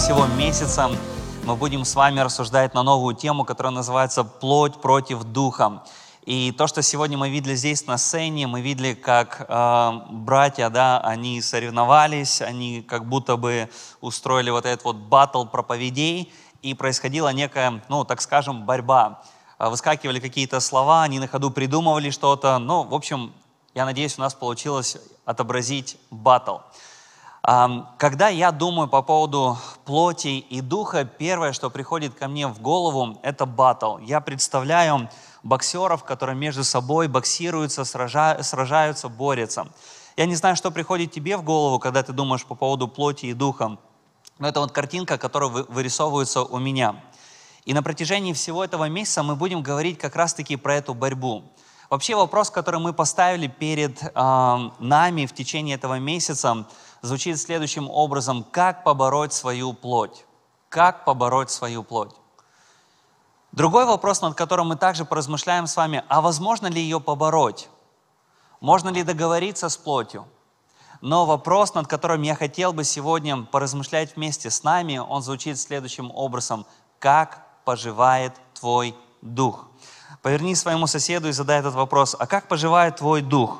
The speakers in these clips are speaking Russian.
всего месяца мы будем с вами рассуждать на новую тему, которая называется «Плоть против духа». И то, что сегодня мы видели здесь на сцене, мы видели, как братья, они соревновались, они как будто бы устроили вот этот вот баттл проповедей, и происходила некая, так скажем, борьба. Выскакивали какие-то слова, они на ходу придумывали что-то. В общем, я надеюсь, у нас получилось отобразить баттл. Когда я думаю по поводу плоти и духа, первое, что приходит ко мне в голову, это баттл. Я представляю боксеров, которые между собой боксируются, сражаются, борются. Я не знаю, что приходит тебе в голову, когда ты думаешь по поводу плоти и духа, но это вот картинка, которая вырисовывается у меня. И на протяжении всего этого месяца мы будем говорить как раз-таки про эту борьбу. Вообще вопрос, который мы поставили перед нами в течение этого месяца, звучит следующим образом: как побороть свою плоть? Как побороть свою плоть? Другой вопрос, над которым мы также поразмышляем с вами: а возможно ли ее побороть? Можно ли договориться с плотью? Но вопрос, над которым я хотел бы сегодня поразмышлять вместе с нами, он звучит следующим образом: как поживает твой дух? Поверни своему соседу и задай этот вопрос: а как поживает твой дух?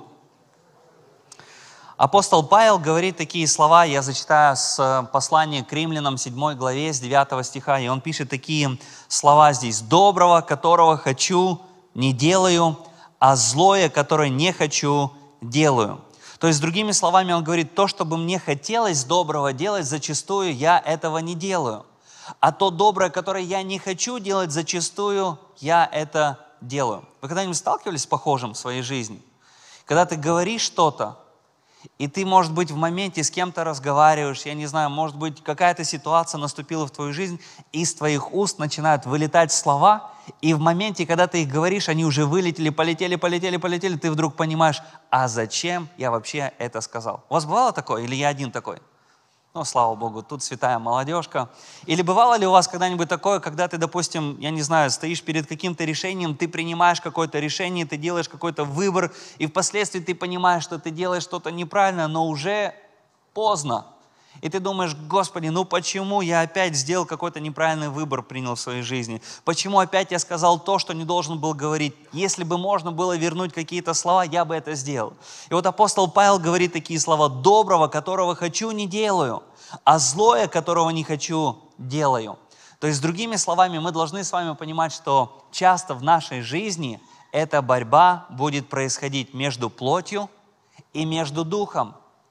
Апостол Павел говорит такие слова, я зачитаю с послания к Римлянам, 7 главе, с 9 стиха, и он пишет такие слова здесь: «Доброго, которого хочу, не делаю, а злое, которое не хочу, делаю». То есть, другими словами, он говорит: то, что бы мне хотелось доброго делать, зачастую я этого не делаю. А то доброе, которое я не хочу делать, зачастую я это делаю. Вы когда-нибудь сталкивались с похожим в своей жизни? Когда ты говоришь что-то, и ты, может быть, в моменте с кем-то разговариваешь, я не знаю, может быть, какая-то ситуация наступила в твою жизнь, и из твоих уст начинают вылетать слова, и в моменте, когда ты их говоришь, они уже вылетели, полетели, ты вдруг понимаешь: а зачем я вообще это сказал? У вас бывало такое, или я один такой? Слава Богу, тут святая молодежка. Или бывало ли у вас когда-нибудь такое, когда ты, допустим, я не знаю, стоишь перед каким-то решением, ты принимаешь какое-то решение, ты делаешь какой-то выбор, и впоследствии ты понимаешь, что ты делаешь что-то неправильно, но уже поздно. И ты думаешь: Господи, почему я опять сделал какой-то неправильный выбор, принял в своей жизни? Почему опять я сказал то, что не должен был говорить? Если бы можно было вернуть какие-то слова, я бы это сделал. И вот апостол Павел говорит такие слова: «Доброго, которого хочу, не делаю, а злое, которого не хочу, делаю». То есть, другими словами, мы должны с вами понимать, что часто в нашей жизни эта борьба будет происходить между плотью и между духом.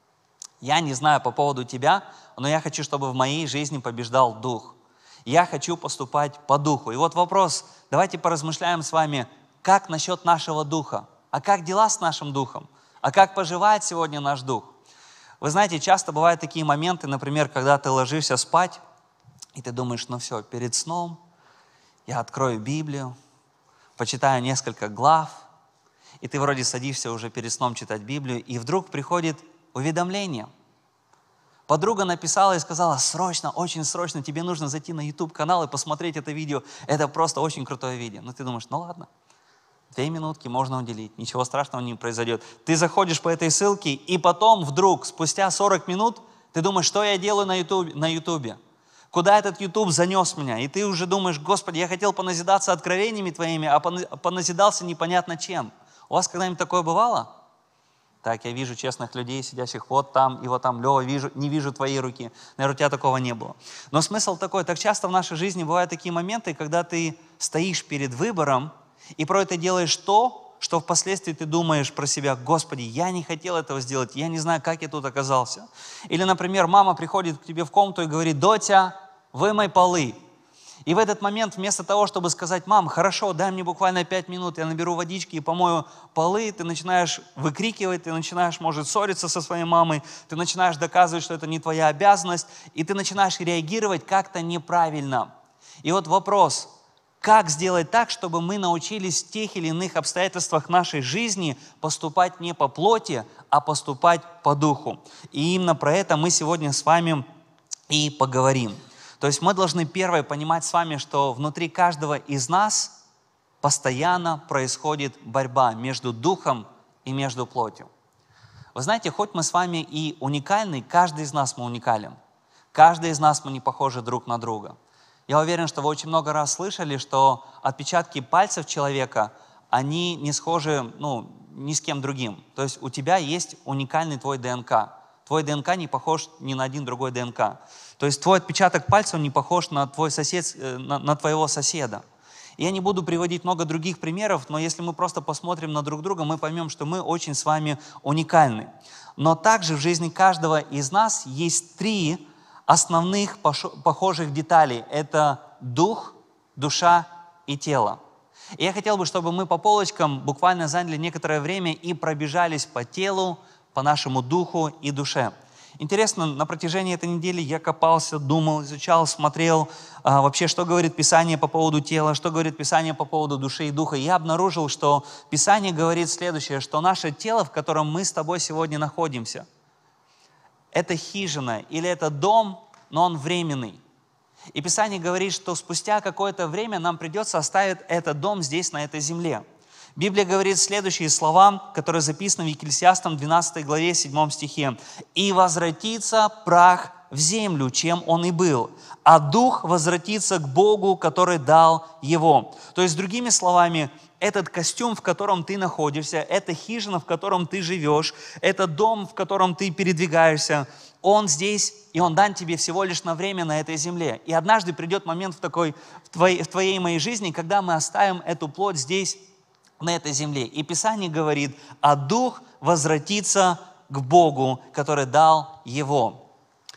Я не знаю по поводу тебя, но я хочу, чтобы в моей жизни побеждал дух. Я хочу поступать по духу. И вот вопрос, давайте поразмышляем с вами: как насчет нашего духа? А как дела с нашим духом? А как поживает сегодня наш дух? Вы знаете, часто бывают такие моменты, например, когда ты ложишься спать, и ты думаешь: все, перед сном я открою Библию, почитаю несколько глав, и ты вроде садишься уже перед сном читать Библию, и вдруг приходит уведомление. Подруга написала и сказала: срочно, очень срочно, тебе нужно зайти на YouTube-канал и посмотреть это видео. Это просто очень крутое видео. Ты думаешь: ладно, 2 минутки можно уделить, ничего страшного не произойдет. Ты заходишь по этой ссылке, и потом вдруг, спустя 40 минут, ты думаешь: что я делаю на YouTube? Куда этот YouTube занес меня? И ты уже думаешь: Господи, я хотел поназидаться откровениями Твоими, а поназидался непонятно чем. У вас когда-нибудь такое бывало? Так, я вижу честных людей, сидящих вот там и вот там. Лева, не вижу твоей руки. Наверное, у тебя такого не было. Но смысл такой: так часто в нашей жизни бывают такие моменты, когда ты стоишь перед выбором, и порой ты делаешь то, что впоследствии ты думаешь про себя: Господи, я не хотел этого сделать, я не знаю, как я тут оказался. Или, например, мама приходит к тебе в комнату и говорит: Дотя, вымой полы. И в этот момент вместо того, чтобы сказать: мам, хорошо, дай мне буквально 5 минут, я наберу водички и помою полы, ты начинаешь выкрикивать, ты начинаешь, может, ссориться со своей мамой, ты начинаешь доказывать, что это не твоя обязанность, и ты начинаешь реагировать как-то неправильно. И вот вопрос: как сделать так, чтобы мы научились в тех или иных обстоятельствах нашей жизни поступать не по плоти, а поступать по духу? И именно про это мы сегодня с вами и поговорим. То есть мы должны первое понимать с вами, что внутри каждого из нас постоянно происходит борьба между духом и между плотью. Вы знаете, хоть мы с вами и уникальны, каждый из нас мы уникален. Каждый из нас, мы не похожи друг на друга. Я уверен, что вы очень много раз слышали, что отпечатки пальцев человека, они не схожи, ни с кем другим. То есть у тебя есть уникальный твой ДНК. Твой ДНК не похож ни на один другой ДНК. То есть твой отпечаток пальца, он не похож на твоего соседа. Я не буду приводить много других примеров, но если мы просто посмотрим на друг друга, мы поймем, что мы очень с вами уникальны. Но также в жизни каждого из нас есть 3 основных похожих деталей. Это дух, душа и тело. И я хотел бы, чтобы мы по полочкам буквально заняли некоторое время и пробежались по телу, по нашему духу и душе. Интересно, на протяжении этой недели я копался, думал, изучал, смотрел вообще, что говорит Писание по поводу тела, что говорит Писание по поводу души и духа. И я обнаружил, что Писание говорит следующее, что наше тело, в котором мы с тобой сегодня находимся, это хижина или это дом, но он временный. И Писание говорит, что спустя какое-то время нам придется оставить этот дом здесь, на этой земле. Библия говорит следующие слова, которые записаны в Екклесиастам 12 главе 7 стихе. «И возвратится прах в землю, чем он и был, а дух возвратится к Богу, который дал его». То есть, другими словами, этот костюм, в котором ты находишься, эта хижина, в котором ты живешь, этот дом, в котором ты передвигаешься, он здесь, и он дан тебе всего лишь на время на этой земле. И однажды придет момент в твоей и моей жизни, когда мы оставим эту плоть здесь, на этой земле. И Писание говорит, а дух возвратится к Богу, который дал его.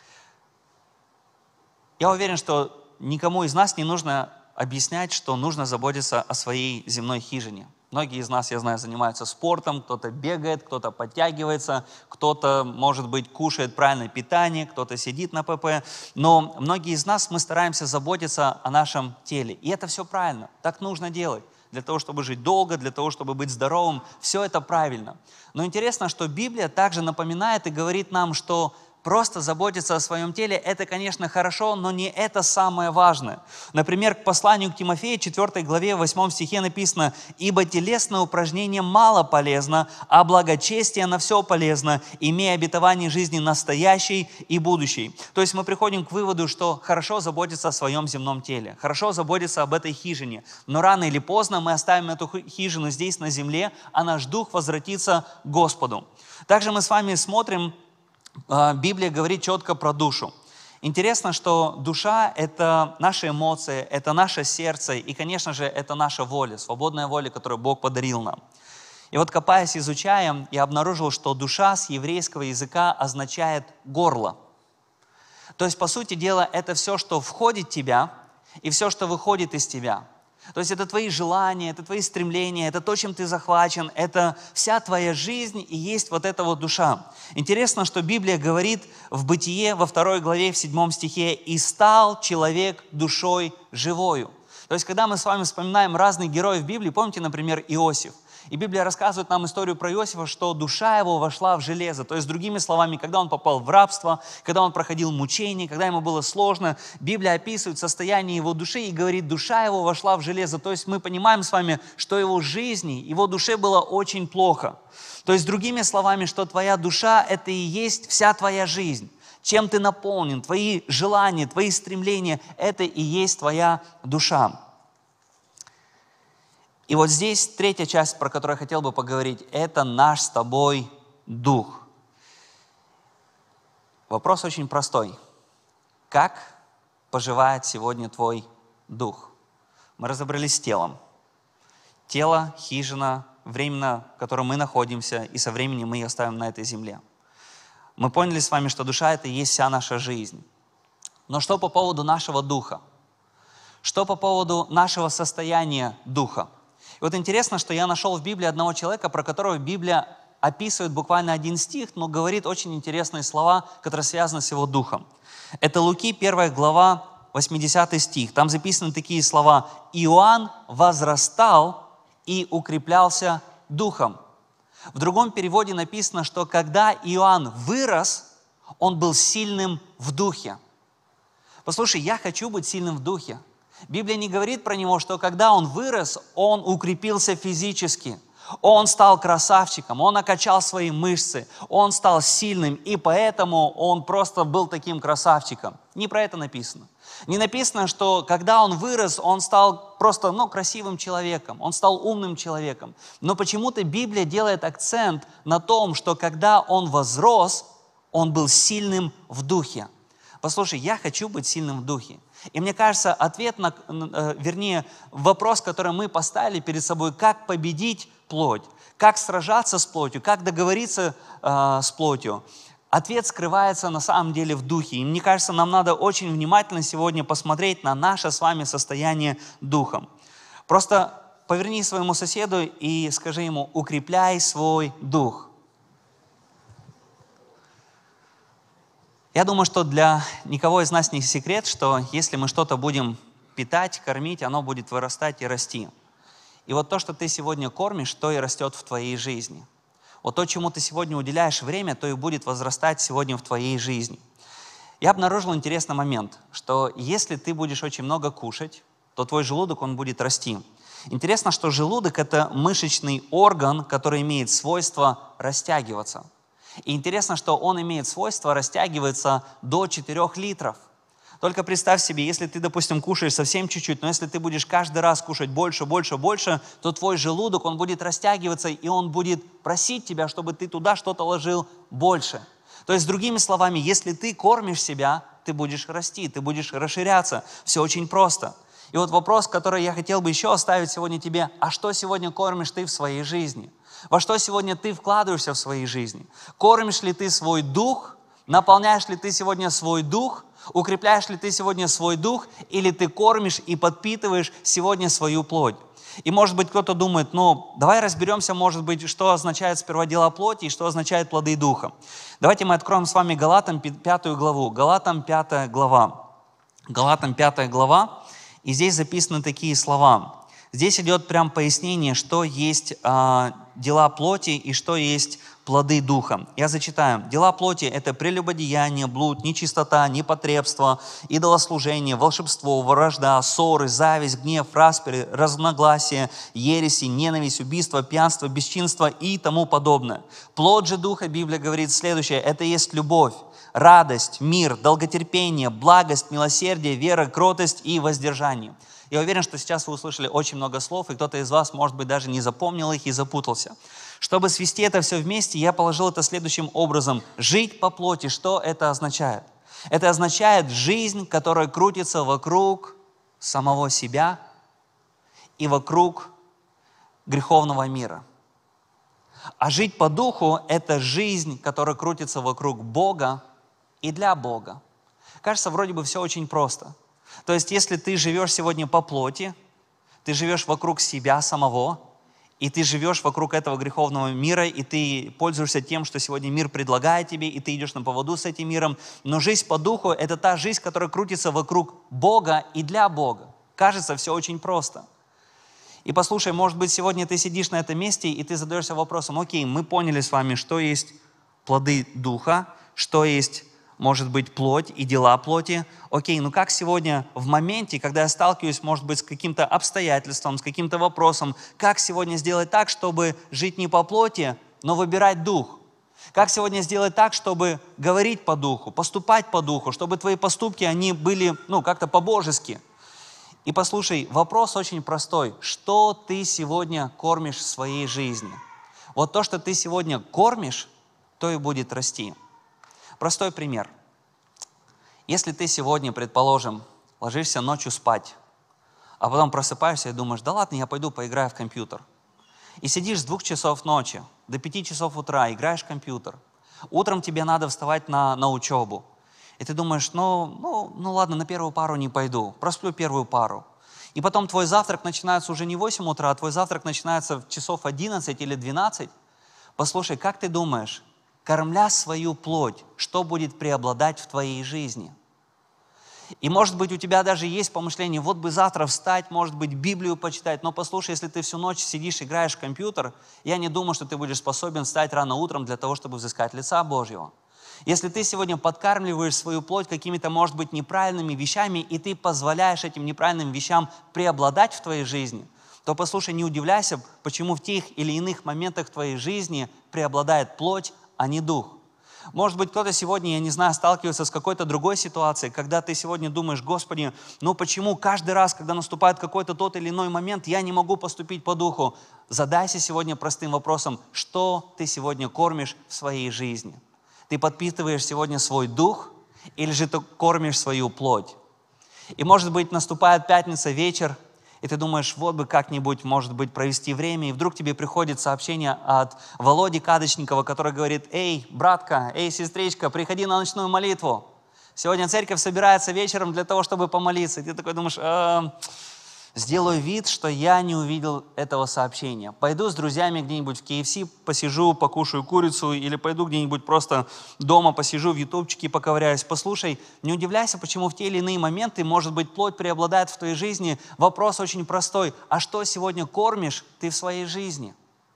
Я уверен, что никому из нас не нужно объяснять, что нужно заботиться о своей земной хижине. Многие из нас, я знаю, занимаются спортом, кто-то бегает, кто-то подтягивается, кто-то, может быть, кушает правильное питание, кто-то сидит на ПП. Но многие из нас, мы стараемся заботиться о нашем теле. И это все правильно, так нужно делать. Для того, чтобы жить долго, для того, чтобы быть здоровым. Все это правильно. Но интересно, что Библия также напоминает и говорит нам, что просто заботиться о своем теле, это, конечно, хорошо, но не это самое важное. Например, к посланию к Тимофею, 4 главе, 8 стихе написано, «Ибо телесное упражнение мало полезно, а благочестие на все полезно, имея обетование жизни настоящей и будущей». То есть мы приходим к выводу, что хорошо заботиться о своем земном теле, хорошо заботиться об этой хижине, но рано или поздно мы оставим эту хижину здесь, на земле, а наш дух возвратится к Господу. Также мы с вами смотрим, Библия говорит четко про душу. Интересно, что душа – это наши эмоции, это наше сердце и, конечно же, это наша воля, свободная воля, которую Бог подарил нам. И вот, копаясь, изучая, я обнаружил, что душа с еврейского языка означает «горло». То есть, по сути дела, это все, что входит в тебя и все, что выходит из тебя. То есть это твои желания, это твои стремления, это то, чем ты захвачен, это вся твоя жизнь и есть вот эта вот душа. Интересно, что Библия говорит в Бытие во 2 главе в 7 стихе «И стал человек душой живою». То есть когда мы с вами вспоминаем разных героев Библии, помните, например, Иосиф. И Библия рассказывает нам историю про Иосифа, что душа его вошла в железо. То есть, другими словами, когда он попал в рабство, когда он проходил мучения, когда ему было сложно, Библия описывает состояние его души и говорит, душа его вошла в железо. То есть мы понимаем с вами, что его жизни, его душе было очень плохо. То есть, другими словами, что твоя душа – это и есть вся твоя жизнь. Чем ты наполнен, твои желания, твои стремления – это и есть твоя душа. И вот здесь 3 часть, про которую я хотел бы поговорить, это наш с тобой дух. Вопрос очень простой. Как поживает сегодня твой дух? Мы разобрались с телом. Тело, хижина, временно, в котором мы находимся, и со временем мы ее оставим на этой земле. Мы поняли с вами, что душа – это и есть вся наша жизнь. Но что по поводу нашего духа? Что по поводу нашего состояния духа? И вот интересно, что я нашел в Библии одного человека, про которого Библия описывает буквально 1 стих, но говорит очень интересные слова, которые связаны с его духом. Это Луки, 1 глава, 80 стих. Там записаны такие слова. «Иоанн возрастал и укреплялся духом». В другом переводе написано, что когда Иоанн вырос, он был сильным в духе. Послушай, я хочу быть сильным в духе. Библия не говорит про него, что когда он вырос, он укрепился физически. Он стал красавчиком, он накачал свои мышцы, он стал сильным, и поэтому он просто был таким красавчиком. Не про это написано. Не написано, что когда он вырос, он стал просто красивым человеком, он стал умным человеком. Но почему-то Библия делает акцент на том, что когда он возрос, он был сильным в духе. Послушай, я хочу быть сильным в духе. И мне кажется, вопрос, который мы поставили перед собой, как победить плоть, как сражаться с плотью, как договориться с плотью, ответ скрывается на самом деле в духе. И мне кажется, нам надо очень внимательно сегодня посмотреть на наше с вами состояние духом. Просто поверни своему соседу и скажи ему: укрепляй свой дух. Я думаю, что для никого из нас не секрет, что если мы что-то будем питать, кормить, оно будет вырастать и расти. И вот то, что ты сегодня кормишь, то и растет в твоей жизни. Вот то, чему ты сегодня уделяешь время, то и будет возрастать сегодня в твоей жизни. Я обнаружил интересный момент, что если ты будешь очень много кушать, то твой желудок, он будет расти. Интересно, что желудок – это мышечный орган, который имеет свойство растягиваться. И интересно, что он имеет свойство растягиваться до 4 литров. Только представь себе, если ты, допустим, кушаешь совсем чуть-чуть, но если ты будешь каждый раз кушать больше, больше, больше, то твой желудок, он будет растягиваться, и он будет просить тебя, чтобы ты туда что-то ложил больше. То есть, другими словами, если ты кормишь себя, ты будешь расти, ты будешь расширяться. Все очень просто. И вот вопрос, который я хотел бы еще оставить сегодня тебе: а что сегодня кормишь ты в своей жизни? Во что сегодня ты вкладываешься в своей жизни? Кормишь ли ты свой дух? Наполняешь ли ты сегодня свой дух? Укрепляешь ли ты сегодня свой дух? Или ты кормишь и подпитываешь сегодня свою плоть? И может быть кто-то думает: давай разберемся, может быть, что означает сперва дела плоти и что означает плоды духа. Давайте мы откроем с вами Галатам 5 главу. Галатам 5 глава. Галатам 5 глава. И здесь записаны такие слова. Здесь идет прям пояснение, что есть дела плоти и что есть плоды духа. Я зачитаю. Дела плоти – это прелюбодеяние, блуд, нечистота, непотребство, идолослужение, волшебство, вражда, ссоры, зависть, гнев, распри, разногласия, ереси, ненависть, убийство, пьянство, бесчинство и тому подобное. Плод же духа, Библия говорит следующее – это есть любовь, радость, мир, долготерпение, благость, милосердие, вера, кротость и воздержание. Я уверен, что сейчас вы услышали очень много слов, и кто-то из вас, может быть, даже не запомнил их и запутался. Чтобы свести это все вместе, я положил это следующим образом. Жить по плоти, что это означает? Это означает жизнь, которая крутится вокруг самого себя и вокруг греховного мира. А жить по духу – это жизнь, которая крутится вокруг Бога и для Бога. Кажется, вроде бы все очень просто. То есть, если ты живешь сегодня по плоти, ты живешь вокруг себя самого, и ты живешь вокруг этого греховного мира, и ты пользуешься тем, что сегодня мир предлагает тебе, и ты идешь на поводу с этим миром. Но жизнь по духу – это та жизнь, которая крутится вокруг Бога и для Бога. Кажется, все очень просто. И послушай, может быть, сегодня ты сидишь на этом месте, и ты задаешься вопросом: окей, мы поняли с вами, что есть плоды духа, что есть, может быть, плоть и дела плоти. Окей, как сегодня в моменте, когда я сталкиваюсь, может быть, с каким-то обстоятельством, с каким-то вопросом, как сегодня сделать так, чтобы жить не по плоти, но выбирать дух? Как сегодня сделать так, чтобы говорить по духу, поступать по духу, чтобы твои поступки, они были, как-то по-божески? И послушай, вопрос очень простой. Что ты сегодня кормишь в своей жизни? Вот то, что ты сегодня кормишь, то и будет расти. Простой пример. Если ты сегодня, предположим, ложишься ночью спать, а потом просыпаешься и думаешь: да ладно, я пойду поиграю в компьютер. И сидишь с 2 часов ночи до 5 часов утра, играешь в компьютер. Утром тебе надо вставать на учебу. И ты думаешь: ладно, на первую пару не пойду, просплю первую пару. И потом твой завтрак начинается уже не в 8 утра, а твой завтрак начинается в часов 11 или 12. Послушай, как ты думаешь, кормля свою плоть, что будет преобладать в твоей жизни? И может быть у тебя даже есть помышление: вот бы завтра встать, может быть Библию почитать, но послушай, если ты всю ночь сидишь, играешь в компьютер, я не думаю, что ты будешь способен встать рано утром для того, чтобы взыскать лица Божьего. Если ты сегодня подкармливаешь свою плоть какими-то, может быть, неправильными вещами, и ты позволяешь этим неправильным вещам преобладать в твоей жизни, то послушай, не удивляйся, почему в тех или иных моментах твоей жизни преобладает плоть, а не дух. Может быть, кто-то сегодня, я не знаю, сталкивается с какой-то другой ситуацией, когда ты сегодня думаешь: Господи, ну почему каждый раз, когда наступает какой-то тот или иной момент, я не могу поступить по духу? Задайся сегодня простым вопросом: что ты сегодня кормишь в своей жизни? Ты подпитываешь сегодня свой дух или же ты кормишь свою плоть? И может быть, наступает пятница, вечер, и ты думаешь: вот бы как-нибудь, может быть, провести время, и вдруг тебе приходит сообщение от Володи Кадочникова, который говорит: эй, братка, эй, сестричка, приходи на ночную молитву. Сегодня церковь собирается вечером для того, чтобы помолиться. И ты такой думаешь: сделаю вид, что я не увидел этого сообщения. Пойду с друзьями где-нибудь в KFC, посижу, покушаю курицу, или пойду где-нибудь просто дома посижу, в ютубчике поковыряюсь. Послушай, не удивляйся, почему в те или иные моменты, может быть, плоть преобладает в твоей жизни. Вопрос очень простой: а что сегодня кормишь ты в своей жизни?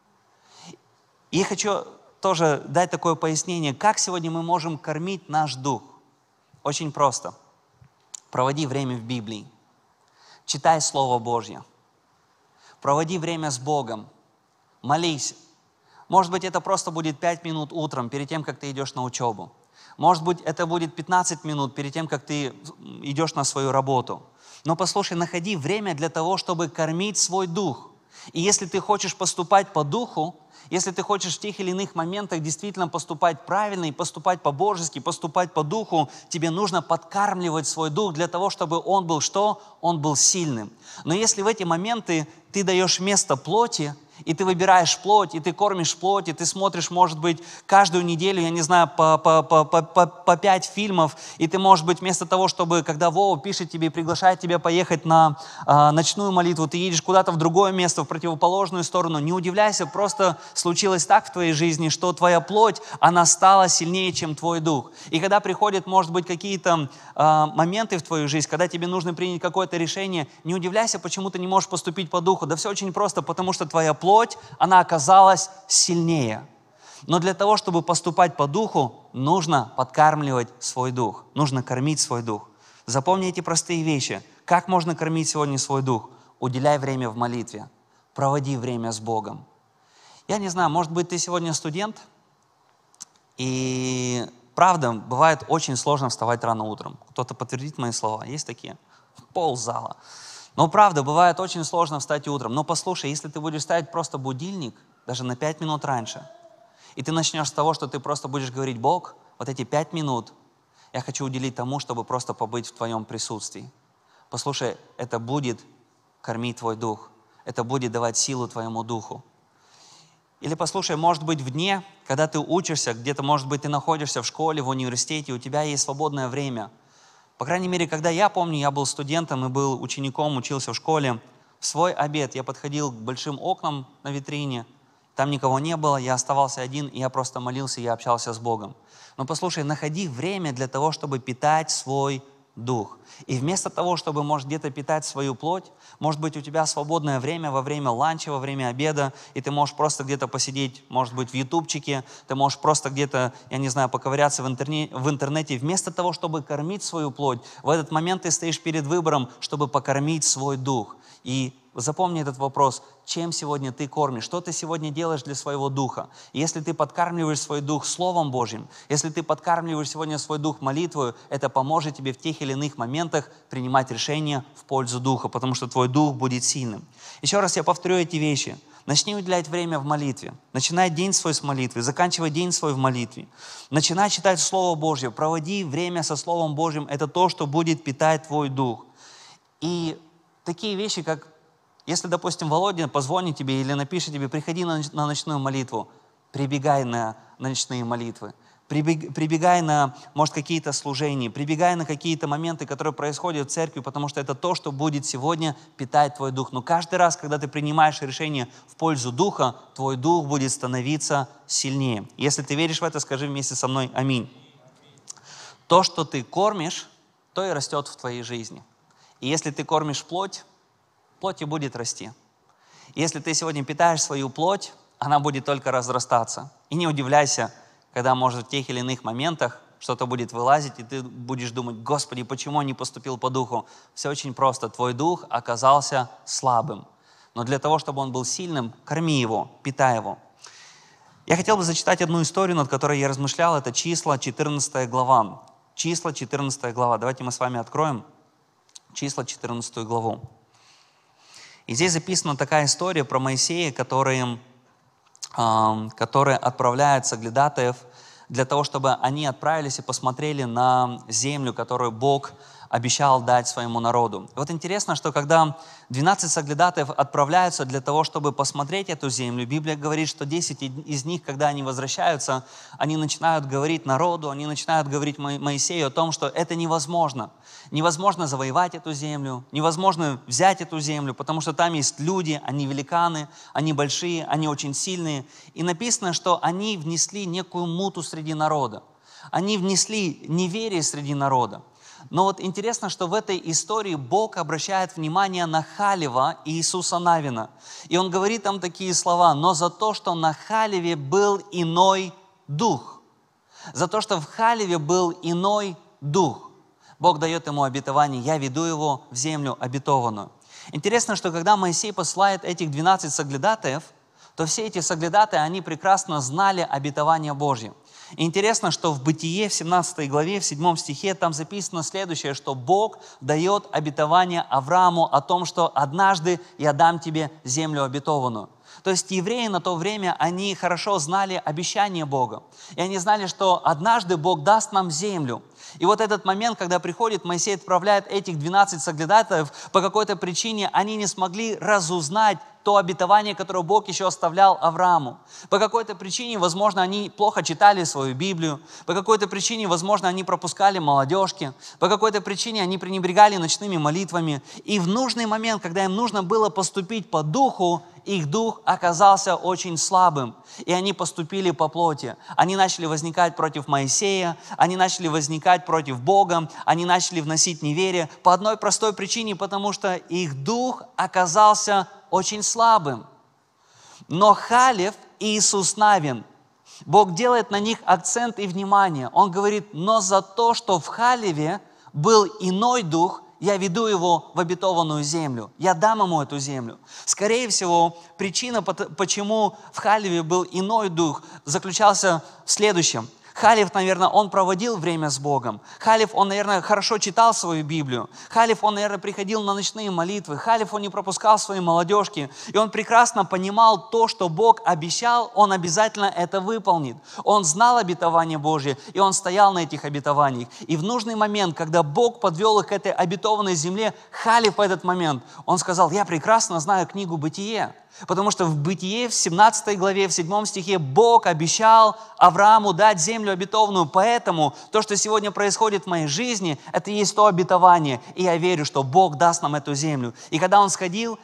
И хочу тоже дать такое пояснение, как сегодня мы можем кормить наш дух. Очень просто. Проводи время в Библии. Читай Слово Божье. Проводи время с Богом. Молись. Может быть, это просто будет 5 минут утром, перед тем, как ты идешь на учебу. Может быть, это будет 15 минут перед тем, как ты идешь на свою работу. Но послушай, находи время для того, чтобы кормить свой дух. И если ты хочешь поступать по духу, если ты хочешь в тех или иных моментах действительно поступать правильно и поступать по-божески, поступать по духу, тебе нужно подкармливать свой дух для того, чтобы он был что? Он был сильным. Но если в эти моменты ты даешь место плоти, и ты выбираешь плоть, и ты кормишь плоть, и ты смотришь, может быть, каждую неделю, я не знаю, по 5 фильмов, и ты, может быть, вместо того, чтобы, когда Вова пишет тебе и приглашает тебя поехать на ночную молитву, ты едешь куда-то в другое место, в противоположную сторону, не удивляйся, просто случилось так в твоей жизни, что твоя плоть, она стала сильнее, чем твой дух. И когда приходят, может быть, какие-то моменты в твою жизнь, когда тебе нужно принять какое-то решение, не удивляйся, почему ты не можешь поступить по духу. Да все очень просто, потому что твоя плоть, она оказалась сильнее. Но для того, чтобы поступать по духу, нужно подкармливать свой дух, нужно кормить свой дух. Запомни эти простые вещи. Как можно кормить сегодня свой дух? Уделяй время в молитве, проводи время с Богом. Я не знаю, может быть, ты сегодня студент, и правда, бывает очень сложно вставать рано утром. Кто-то подтвердит мои слова? Есть такие? Ползала. Но правда, бывает очень сложно встать утром. Но послушай, если ты будешь ставить просто будильник, даже на 5 минут раньше, и ты начнешь с того, что ты просто будешь говорить: Бог, вот эти 5 минут я хочу уделить тому, чтобы просто побыть в Твоем присутствии. Послушай, это будет кормить твой дух, это будет давать силу твоему духу. Или послушай, может быть, в дне, когда ты учишься, где-то, может быть, ты находишься в школе, в университете, у тебя есть свободное время. По крайней мере, когда я помню, я был студентом и был учеником, учился в школе, в свой обед я подходил к большим окнам на витрине, там никого не было, я оставался один, и я просто молился, я общался с Богом. Но послушай, находи время для того, чтобы питать свой дух. И вместо того, чтобы, может, где-то питать свою плоть, может быть, у тебя свободное время во время ланча, во время обеда, и ты можешь просто где-то посидеть, может быть, в ютубчике, ты можешь просто где-то, я не знаю, поковыряться в интернете. Вместо того, чтобы кормить свою плоть, в этот момент ты стоишь перед выбором, чтобы покормить свой дух. И запомни этот вопрос: чем сегодня ты кормишь, что ты сегодня делаешь для своего духа? И если ты подкармливаешь свой дух Словом Божьим, если ты подкармливаешь сегодня свой дух молитвой, это поможет тебе в тех или иных моментах принимать решения в пользу духа, потому что твой дух будет сильным. Еще раз я повторю эти вещи. Начни уделять время в молитве. Начинай день свой с молитвы, заканчивай день свой в молитве. Начинай читать Слово Божье, проводи время со Словом Божьим. Это то, что будет питать твой дух. И такие вещи, как если, допустим, Володя позвонит тебе или напишет тебе: приходи на ночную молитву, прибегай на ночные молитвы, прибегай на, может, какие-то служения, прибегай на какие-то моменты, которые происходят в церкви, потому что это то, что будет сегодня питать твой дух. Но каждый раз, когда ты принимаешь решение в пользу духа, твой дух будет становиться сильнее. Если ты веришь в это, скажи вместе со мной аминь. То, что ты кормишь, то и растет в твоей жизни. И если ты кормишь плоть, плоть и будет расти. Если ты сегодня питаешь свою плоть, она будет только разрастаться. И не удивляйся, когда, может, в тех или иных моментах что-то будет вылазить, и ты будешь думать: Господи, почему я не поступил по духу? Все очень просто. Твой дух оказался слабым. Но для того, чтобы он был сильным, корми его, питай его. Я хотел бы зачитать одну историю, над которой я размышлял. Это Числа, 14 глава. Числа, 14 глава. Давайте мы с вами откроем Числа, 14 главу. И здесь записана такая история про Моисея, который отправляет соглядатаев для того, чтобы они отправились и посмотрели на землю, которую Бог обещал дать своему народу. И вот интересно, что когда 12 соглядатаев отправляются для того, чтобы посмотреть эту землю, Библия говорит, что 10 из них, когда они возвращаются, они начинают говорить народу, они начинают говорить Моисею о том, что это невозможно. Невозможно завоевать эту землю, невозможно взять эту землю, потому что там есть люди, они великаны, они большие, они очень сильные. И написано, что они внесли некую муту среди народа. Они внесли неверие среди народа. Но вот интересно, что в этой истории Бог обращает внимание на Халева и Иисуса Навина. И он говорит там такие слова: «Но за то, что на Халеве был иной дух». За то, что в Халеве был иной дух. Бог дает ему обетование: «Я веду его в землю обетованную». Интересно, что когда Моисей посылает этих 12 соглядатаев, то все эти соглядатые, они прекрасно знали обетование Божье. И интересно, что в Бытие, в 17 главе, в 7 стихе, там записано следующее, что Бог дает обетование Аврааму о том, что однажды я дам тебе землю обетованную. То есть евреи на то время, они хорошо знали обещание Бога. И они знали, что однажды Бог даст нам землю. И вот этот момент, когда приходит Моисей, отправляет этих 12 соглядатаев, по какой-то причине они не смогли разузнать то обетование, которое Бог еще оставлял Аврааму. По какой-то причине, возможно, они плохо читали свою Библию, по какой-то причине, возможно, они пропускали молодежки, по какой-то причине они пренебрегали ночными молитвами. И в нужный момент, когда им нужно было поступить по духу, их дух оказался очень слабым, и они поступили по плоти. Они начали возникать против Моисея, они начали возникать против Бога, они начали вносить неверие по одной простой причине, потому что их дух оказался очень слабым. Но Халев и Иисус Навин, Бог делает на них акцент и внимание. Он говорит: но за то, что в Халеве был иной дух, я веду его в обетованную землю. Я дам ему эту землю. Скорее всего, причина, почему в Халеве был иной дух, заключался в следующем. Халев, наверное, он проводил время с Богом. Халев, он, наверное, хорошо читал свою Библию. Халев, он, наверное, приходил на ночные молитвы. Халев, он не пропускал свои молодежки. И он прекрасно понимал то, что Бог обещал, он обязательно это выполнит. Он знал обетование Божье, и он стоял на этих обетованиях. И в нужный момент, когда Бог подвел их к этой обетованной земле, Халев в этот момент, он сказал: я прекрасно знаю книгу «Бытие». Потому что в Бытие, в 17 главе, в 7 стихе Бог обещал Аврааму дать землю обетованную. Поэтому то, что сегодня происходит в моей жизни, это и есть то обетование. И я верю, что Бог даст нам эту землю. И когда он сходил,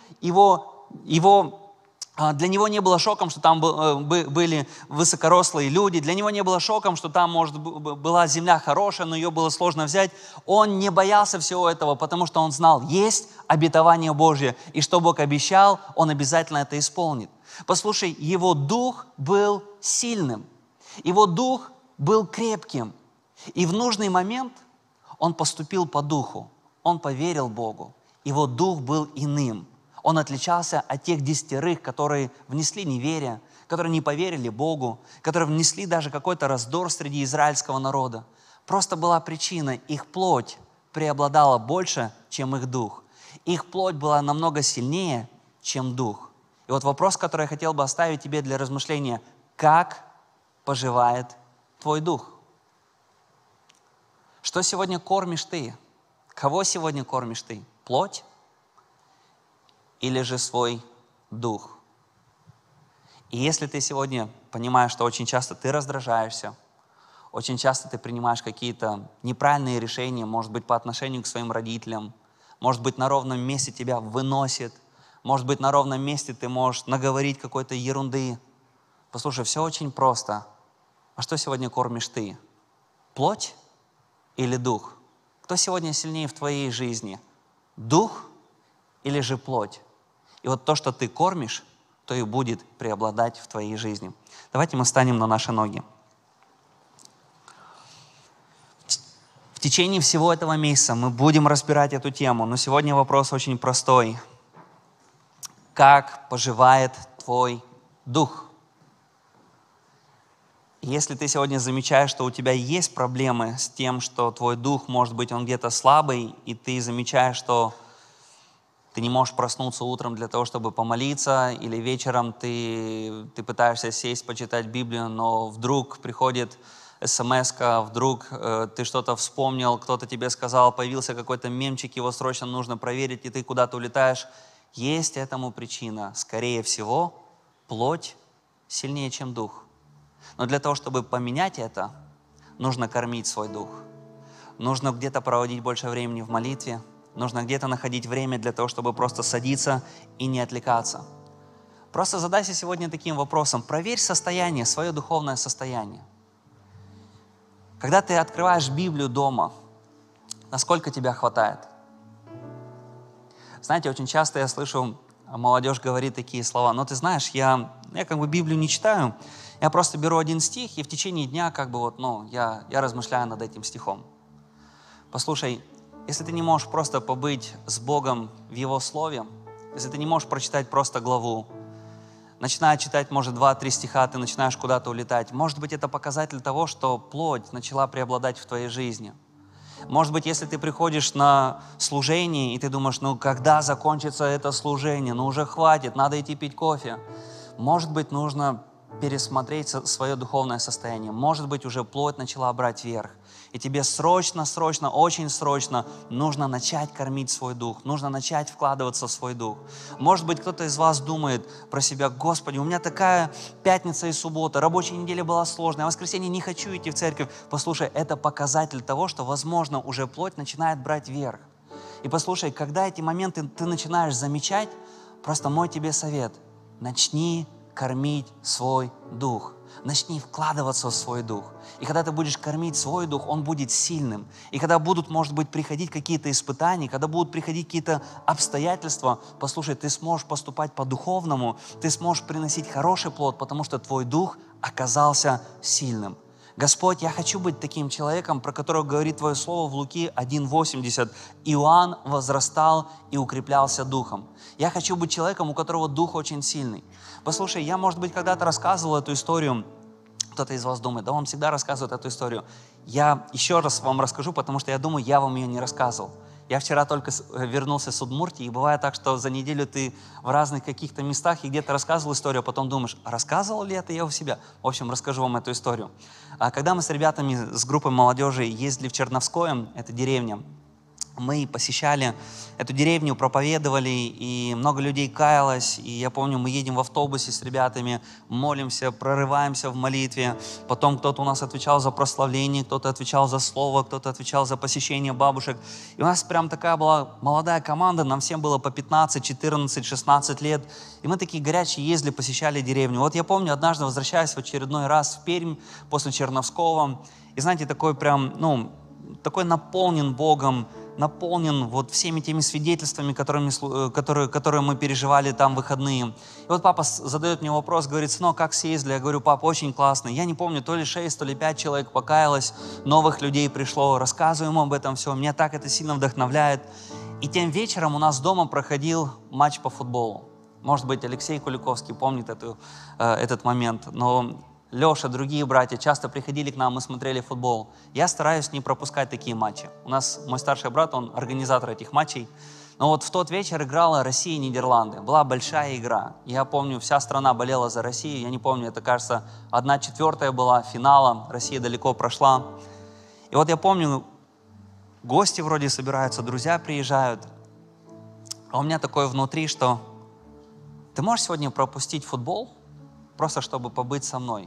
для него не было шоком, что там были высокорослые люди. Для него не было шоком, что там, может, была земля хорошая, но ее было сложно взять. Он не боялся всего этого, потому что он знал, есть обетование Божье. И что Бог обещал, он обязательно это исполнит. Послушай, его дух был сильным. Его дух был крепким. И в нужный момент он поступил по духу. Он поверил Богу. Его дух был иным. Он отличался от тех 10, которые внесли неверие, которые не поверили Богу, которые внесли даже какой-то раздор среди израильского народа. Просто была причина: их плоть преобладала больше, чем их дух. Их плоть была намного сильнее, чем дух. И вот вопрос, который я хотел бы оставить тебе для размышления: как поживает твой дух? Что сегодня кормишь ты? Кого сегодня кормишь ты? Плоть? Или же свой дух? И если ты сегодня понимаешь, что очень часто ты раздражаешься, очень часто ты принимаешь какие-то неправильные решения, может быть, по отношению к своим родителям, может быть, на ровном месте тебя выносит, может быть, на ровном месте ты можешь наговорить какой-то ерунды. Послушай, все очень просто. А что сегодня кормишь ты? Плоть или дух? Кто сегодня сильнее в твоей жизни? Дух или же плоть? И вот то, что ты кормишь, то и будет преобладать в твоей жизни. Давайте мы встанем на наши ноги. В течение всего этого месяца мы будем разбирать эту тему, но сегодня вопрос очень простой. как поживает твой дух. И если ты сегодня замечаешь, что у тебя есть проблемы с тем, что твой дух, может быть, он где-то слабый, и ты замечаешь, что ты не можешь проснуться утром для того, чтобы помолиться, или вечером ты пытаешься сесть, почитать Библию, но вдруг приходит смс-ка, вдруг ты что-то вспомнил, кто-то тебе сказал, появился какой-то мемчик, его срочно нужно проверить, и ты куда-то улетаешь. Есть этому причина. Скорее всего, плоть сильнее, чем дух. Но для того, чтобы поменять это, нужно кормить свой дух. Нужно где-то проводить больше времени в молитве. Нужно где-то находить время для того, чтобы просто садиться и не отвлекаться. Просто задайся сегодня таким вопросом. Проверь состояние, свое духовное состояние. Когда ты открываешь Библию дома, насколько тебя хватает? Знаете, очень часто я слышу, молодежь говорит такие слова. Но ты знаешь, я как бы Библию не читаю, я просто беру один стих, и в течение дня я размышляю над этим стихом. Послушай, если ты не можешь просто побыть с Богом в Его Слове, если ты не можешь прочитать просто главу, начиная читать, может, 2-3 стиха, ты начинаешь куда-то улетать, может быть, это показатель того, что плоть начала преобладать в твоей жизни. Может быть, если ты приходишь на служение, и ты думаешь, когда закончится это служение, уже хватит, надо идти пить кофе. Может быть, нужно пересмотреть свое духовное состояние. Может быть, уже плоть начала брать верх. И тебе срочно, очень срочно нужно начать кормить свой дух. Нужно начать вкладываться в свой дух. Может быть, кто-то из вас думает про себя: Господи, у меня такая пятница и суббота, рабочая неделя была сложная, а в воскресенье не хочу идти в церковь. Послушай, это показатель того, что, возможно, уже плоть начинает брать верх. И послушай, когда эти моменты ты начинаешь замечать, просто мой тебе совет: начни кормить свой дух. Начни вкладываться в свой дух. И когда ты будешь кормить свой дух, он будет сильным. И когда будут, может быть, приходить какие-то испытания, когда будут приходить какие-то обстоятельства, послушай, ты сможешь поступать по-духовному, ты сможешь приносить хороший плод, потому что твой дух оказался сильным. Господь, я хочу быть таким человеком, про которого говорит Твое Слово в Луки 1:80. Иоанн возрастал и укреплялся духом. Я хочу быть человеком, у которого дух очень сильный. Послушай, я, может быть, когда-то рассказывал эту историю. Кто-то из вас думает, да он всегда рассказывает эту историю. Я еще раз вам расскажу, потому что я думаю, я вам ее не рассказывал. Я вчера только вернулся с Удмуртии, и бывает так, что за неделю ты в разных каких-то местах и где-то рассказывал историю, а потом думаешь, а рассказывал ли это я у себя? В общем, расскажу вам эту историю. Когда мы с ребятами, с группой молодежи ездили в Черновское, это деревня, мы посещали эту деревню, проповедовали, и много людей каялось. И я помню, мы едем в автобусе с ребятами, молимся, прорываемся в молитве. Потом кто-то у нас отвечал за прославление, кто-то отвечал за слово, кто-то отвечал за посещение бабушек. И у нас прям такая была молодая команда, нам всем было по 15, 14, 16 лет. И мы такие горячие ездили, посещали деревню. Вот я помню, однажды возвращаясь в очередной раз в Пермь после Черновского, и знаете, такой прям, такой наполнен Богом, наполнен вот всеми теми свидетельствами, которые мы переживали там в выходные. И вот папа задает мне вопрос, говорит: сынок, как съездили? Я говорю: папа, очень классно. Я не помню, то ли 6, то ли 5 человек покаялось, новых людей пришло, рассказываем об этом все. Меня так это сильно вдохновляет. И тем вечером у нас дома проходил матч по футболу. Может быть, Алексей Куликовский помнит этот момент, но Леша, другие братья часто приходили к нам, мы смотрели футбол. Я стараюсь не пропускать такие матчи. У нас мой старший брат, он организатор этих матчей. Но вот в тот вечер играла Россия и Нидерланды. Была большая игра. Я помню, вся страна болела за Россию. Я не помню, это, кажется, 1/4 была финала. Россия далеко прошла. И вот я помню, гости вроде собираются, друзья приезжают. А у меня такое внутри, что ты можешь сегодня пропустить футбол, просто чтобы побыть со мной?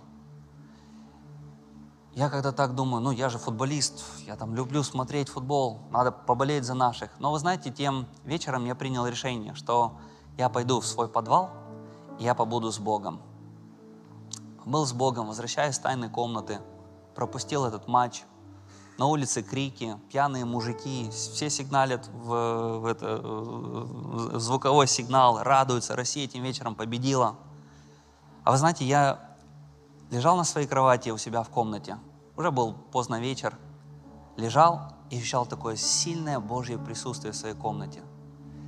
Я когда так думаю, я же футболист, я там люблю смотреть футбол, надо поболеть за наших. Но вы знаете, тем вечером я принял решение, что я пойду в свой подвал, и я побуду с Богом. Был с Богом, возвращаясь с тайной комнаты, пропустил этот матч. На улице крики, пьяные мужики, все сигналят в звуковой сигнал, радуются, Россия этим вечером победила. А вы знаете, я лежал на своей кровати у себя в комнате, уже был поздно вечер, лежал и ощущал такое сильное Божье присутствие в своей комнате.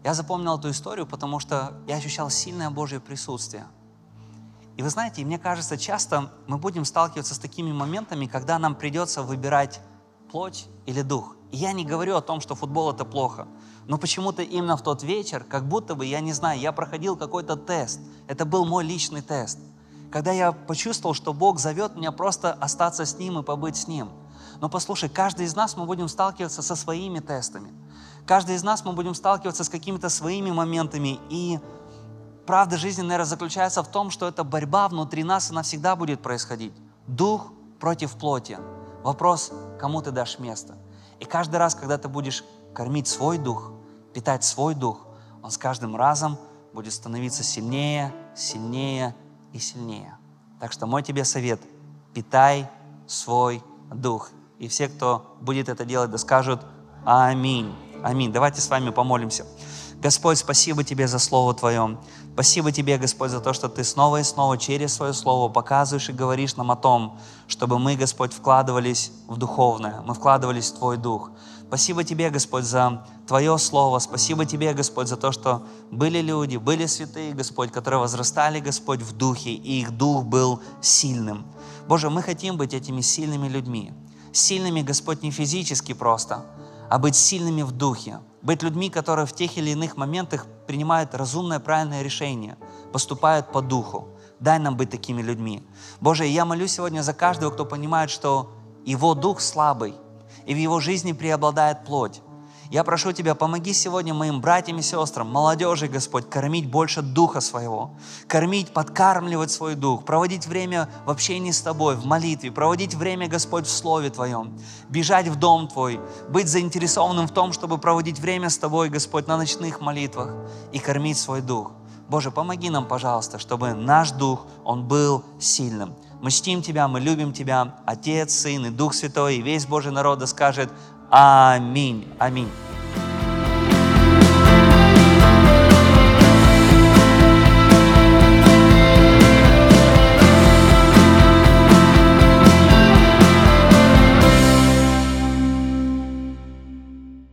Я запомнил эту историю, потому что я ощущал сильное Божье присутствие. И вы знаете, мне кажется, часто мы будем сталкиваться с такими моментами, когда нам придется выбирать плоть или дух. И я не говорю о том, что футбол это плохо, но почему-то именно в тот вечер, как будто бы, я не знаю, я проходил какой-то тест. Это был мой личный тест. Когда я почувствовал, что Бог зовет меня просто остаться с Ним и побыть с Ним. Но послушай, каждый из нас мы будем сталкиваться со своими тестами. Каждый из нас мы будем сталкиваться с какими-то своими моментами. И правда жизни, наверное, заключается в том, что эта борьба внутри нас, она всегда будет происходить. Дух против плоти. Вопрос, кому ты дашь место. И каждый раз, когда ты будешь кормить свой дух, питать свой дух, он с каждым разом будет становиться сильнее, сильнее и сильнее. Так что мой тебе совет – питай свой дух. И все, кто будет это делать, да скажут аминь. Аминь. Давайте с вами помолимся. Господь, спасибо Тебе за Слово Твое. Спасибо Тебе, Господь, за то, что Ты снова и снова через Свое Слово показываешь и говоришь нам о том, чтобы мы, Господь, вкладывались в духовное, мы вкладывались в Твой Дух. Спасибо Тебе, Господь, за Твое Слово. Спасибо Тебе, Господь, за то, что были люди, были святые, Господь, которые возрастали, Господь, в Духе, и их Дух был сильным. Боже, мы хотим быть этими сильными людьми. Сильными, Господь, не физически просто, а быть сильными в Духе. Быть людьми, которые в тех или иных моментах принимают разумное, правильное решение, поступают по Духу. Дай нам быть такими людьми. Боже, я молюсь сегодня за каждого, кто понимает, что его Дух слабый, и в его жизни преобладает плоть. Я прошу Тебя, помоги сегодня моим братьям и сестрам, молодежи, Господь, кормить больше Духа Своего, кормить, подкармливать свой Дух, проводить время в общении с Тобой, в молитве, проводить время, Господь, в Слове Твоем, бежать в дом Твой, быть заинтересованным в том, чтобы проводить время с Тобой, Господь, на ночных молитвах и кормить свой Дух. Боже, помоги нам, пожалуйста, чтобы наш Дух, он был сильным. Мы чтим Тебя, мы любим Тебя, Отец, Сын и Дух Святой, и весь Божий народ да скажет аминь. Аминь.